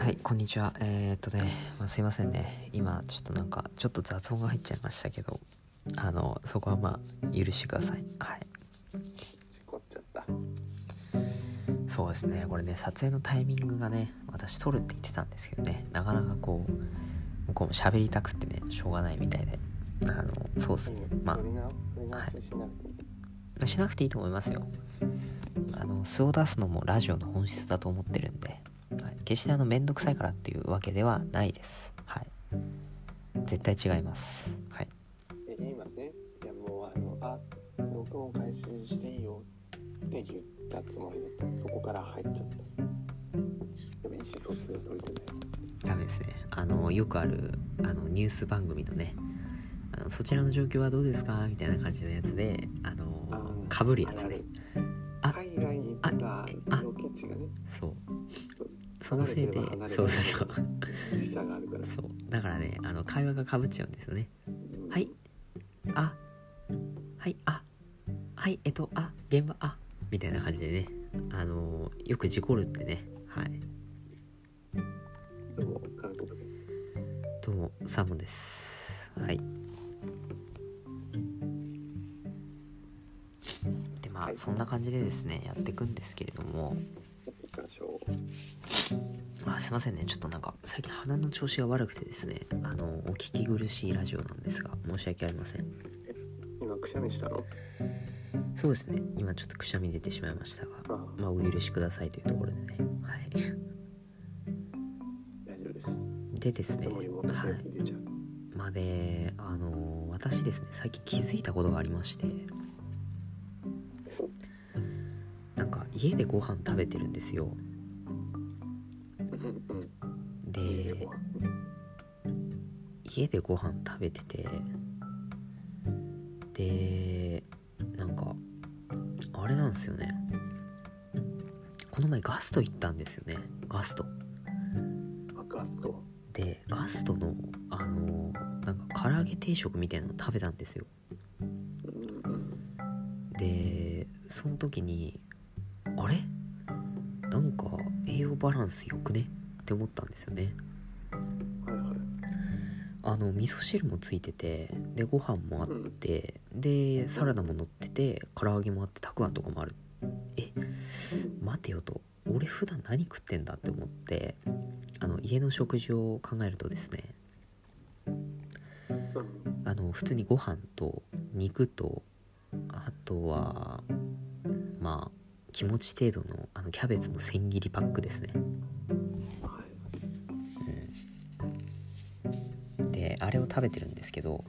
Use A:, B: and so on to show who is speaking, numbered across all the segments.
A: はい、こんにちは。すいませんね。今、ちょっと雑音が入っちゃいましたけど、そこは許してください。はい。
B: 事故っちゃった。
A: そうですね、これね、撮影のタイミングがね、私撮るって言ってたんですけどね、なかなか向こうも喋りたくてね、しょうがないみたいで、そうですね。しなくていいと思いますよ。素を出すのもラジオの本質だと思ってるんで、はい、決してめんどくさいからっていうわけではないです。はい。絶対違います。はい。
B: 今ね、いやもう録音開始していいよって言ったつもりだった。そこから入っちゃった。でも意思疎通が取れてない。
A: ダメですね。よくあるニュース番組のね、そちらの状況はどうですかみたいな感じのやつで、かぶるやつね。
B: 海外に行ったロケ地がね。
A: そう。そのせいで、そう。
B: 時差があるから。
A: そう。だからね、会話がかぶっちゃうんですよね。はい。はい。はい。現場、みたいな感じでね。よく事故るんでね。はい。
B: どうも、韓国です。
A: どうも、サーモンです。はい。で、そんな感じでですね、やっていくんですけれども。すいませんね、ちょっと最近鼻の調子が悪くてですね、お聞き苦しいラジオなんですが、申し訳ありません。
B: 今くしゃみしたの？
A: そうですね、今ちょっとくしゃみ出てしまいましたが、お許しくださいというところでね。はい。
B: 大丈夫です。
A: でですね、はい。で、私ですね、最近気づいたことがありまして、家でご飯食べてるんですよ。で、家でご飯食べてて、で、あれなんですよね。この前ガスト行ったんですよね。ガストで、ガストの唐揚げ定食みたいなの食べたんですよ。で、その時にあれ？栄養バランス良くね？って思ったんですよね。味噌汁もついてて、でご飯もあって、でサラダも乗ってて、唐揚げもあって、たくあんとかもある。待てよと、俺普段何食ってんだって思って、家の食事を考えるとですね、普通にご飯と肉と、あとは気持ち程度のキャベツの千切りパックですね。で、あれを食べてるんですけど、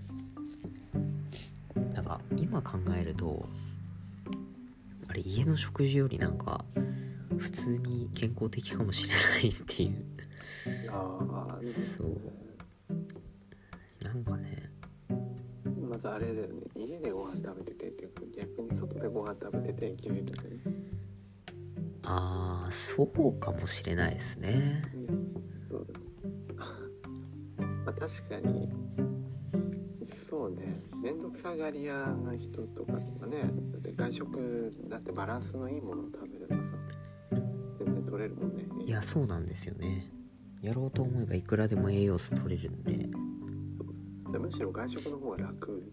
A: 今考えると、あれ家の食事より普通に健康的かもしれないっていう。そう。
B: まずあれだよね。家でご飯食べててっていうか、逆に外でご飯食べてて気づいたんだよね。
A: そうかもしれないですね。
B: そうだ。確かにそうね。めんどくさがり屋な人とかね、だって外食だってバランスのいいものを食べればさ、全然取れるもんね。
A: いや、そうなんですよね。やろうと思えばいくらでも栄養素取れるんで。
B: むしろ外食の方が楽。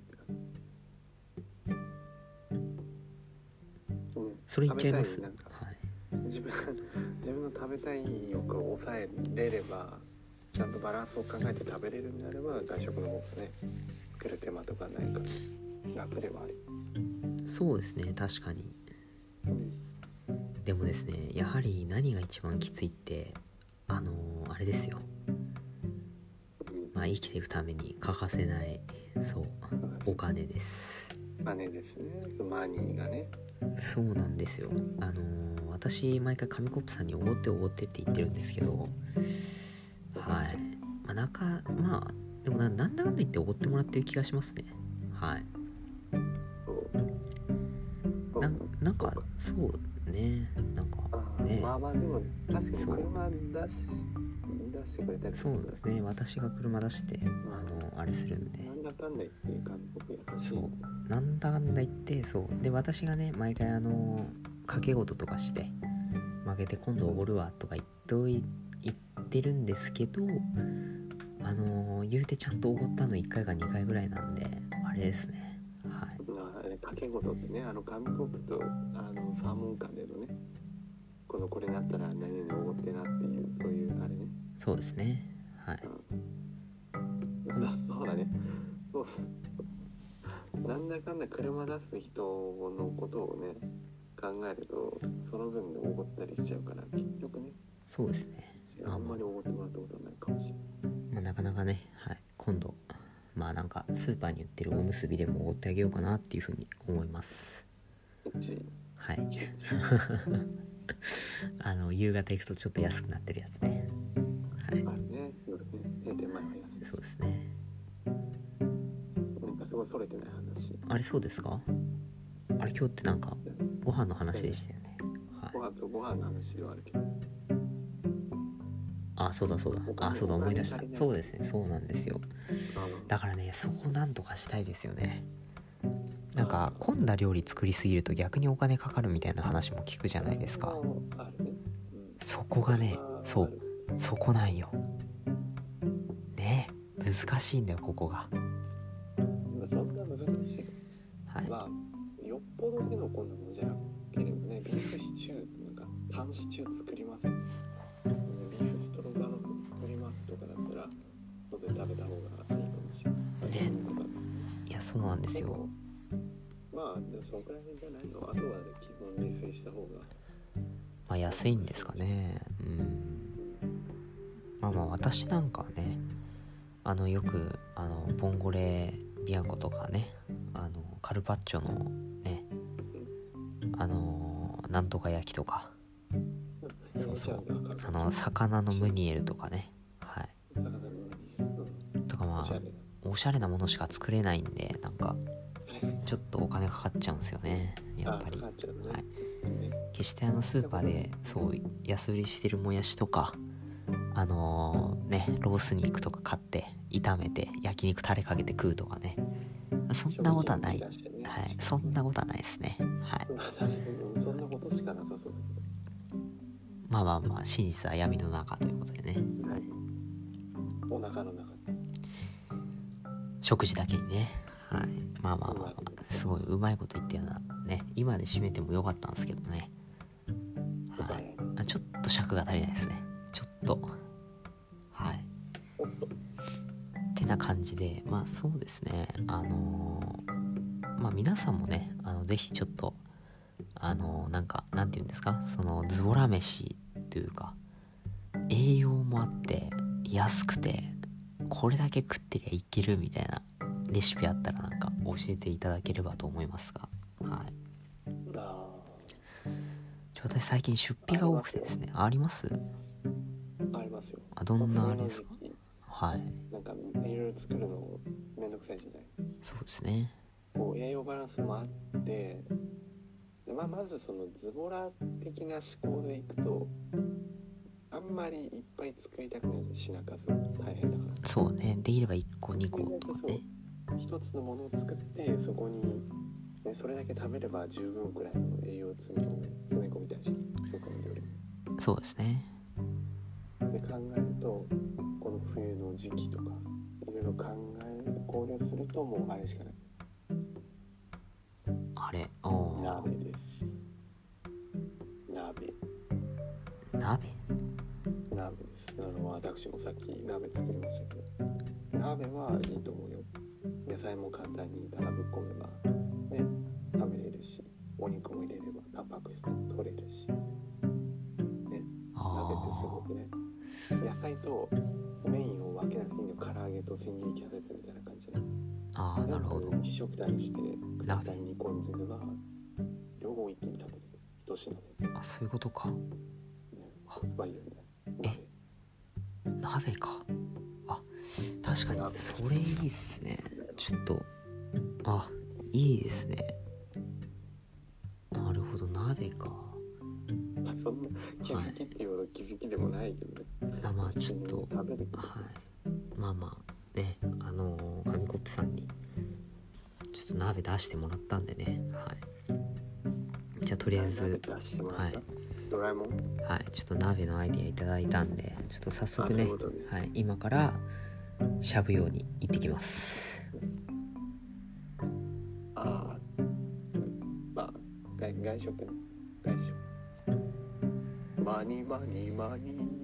A: それ言っちゃいます。
B: 自分の食べたい欲を抑えれれば、ちゃんとバランスを考えて食べれるんであれば、外食の方がね、作る手間とかないから楽ではある。
A: そうですね、確かに。でもですね、やはり何が一番きついって、あれですよ。生きていくために欠かせない、お金です。
B: マネですね。マニーがね。
A: そうなんですよ。私毎回紙コップさんにおごってって言ってるんですけど、はい。でもなんだかんだ言っておごってもらってる気がしますね。はい。そうね。
B: でも確かに車出してくれたり。
A: そうですね。私が車出してあれするんで。
B: なんだかんだ言って韓国優しい。
A: そう。なんだかんだ言ってそうで、私がね毎回掛け事とかして負けて今度おごるわとか言っってるんですけど、言うてちゃんとおごったの1回か2回ぐらいなんであれですね。はい。
B: あれ掛け事ってね、紙コップとサーモンカンでのね、これだったら何々おごってなっていう、そういうあれね。
A: そうですね。はい。
B: そうだね。そうなんだかんだ車出す人のことをね考えると、その分でおごったりしちゃうから、結局ね。
A: そうですね。
B: あんまりおごってもらったことはないかもしれない。
A: なかなかね、はい、今度なんかスーパーに売ってるおむすびでもおごってあげようかなっていうふうに思います。はい。夕方行くとちょっと安くなってるやつね。はい。
B: あるね、夜ね、閉店前のやつです。
A: そうですね。
B: なんかすごいそれてない話。
A: あれ、そうですか？あれ、今日ってなんかご飯の話でしたよね。はい。
B: ご飯の話ではあるけど。
A: そうだ思い出した。そうですね、そうなんですよ。だからね、そこなんとかしたいですよね。なんか混んだ料理作りすぎると逆にお金かかるみたいな話も聞くじゃないですか。そこがね、そこなんよね。難しいんだよ、ここが。
B: そんな難しい。はい。よっぽど手の込んだものじゃなければね、ビーフシチュー、なんかタンシチュー作ります、ビーフストロガノフ作りますとかだったら外で食べた方がいいかもしれないね。
A: いや、そうなんですよ。
B: でもそのくらいじゃないの。あとは基本自炊した方が
A: 安いんですかね。私なんかはね、よくボンゴレビアンコとかね、カルパッチョのね、なんとか焼きとか、魚のムニエルとかね、はい、とかおしゃれなものしか作れないんで、なんかちょっとお金かかっちゃうんですよね、やっぱり。はい、決してスーパーでそう安売りしてるもやしとかロース肉とか買って炒めて焼肉タレかけて食うとかね、そんなことはない、はい、そんなことはないですね。はい。
B: そんなことしかなさそう
A: だけど、真実は闇の中ということでね、はい、
B: お腹の中
A: 食事だけにね、はい、すごいうまいこと言ってるなね。今で締めてもよかったんですけどね、はい、ちょっと尺が足りないですね、ちょっと。はい。ってな感じで、そうですね、皆さんもね、ぜひちょっとなんていうんですか、そのズボラ飯というか、栄養もあって安くてこれだけ食ってりゃいけるみたいなレシピあったらなんか教えていただければと思いますが、はい。私最近出費が多くてですね。あります？
B: ありますよ。
A: どんなあれですか？はい。
B: なんかいろいろ作るのめんどくさいじゃない。
A: そうですね。
B: 栄養バランスもあって、まずそのズボラ的な思考でいくと、あんまりいっぱい作りたくないじゃん、品数大変だから。
A: そうね、できれば1個2個とかね。
B: 一つのものを作ってそこに、ね、それだけ食べれば十分くらいの栄養を詰め込みたいじゃん、一つの料理。
A: そうですね。
B: で考えると、この冬の時期とかいろいろ考慮すると、もうあれしかない。鍋です。鍋です。私もさっき鍋作りましたけど、鍋はいいと思うよ。野菜も簡単にただぶっ込めばね、食べれるし、お肉も入れればタンパク質も取れるし、ね、鍋ってすごくね、野菜とメインを分けなくていいの。唐揚げと千切りキャベツみたいな感じで、
A: なるほど。
B: 一食単にして簡単に煮込んでれば両方一気に食べれる一品で。
A: そういうことか。
B: いいよね。
A: 鍋か。確かにそれいいっすね。ちょっといいですね。なるほど、鍋か。
B: そんな気づきっていうほど気づきでもないけどね。
A: ちょっと
B: 食べる。
A: ね、紙コップさんにちょっと鍋出してもらったんでね。はい。じゃあとりあえず、はい。
B: ドラえもん。
A: はい、ちょっと鍋のアイディアいただいたんで、ちょっと早速ね、
B: そういうことね。
A: はい、今からしゃぶように行ってきます。
B: ああ、まあ外食。マニマニマニ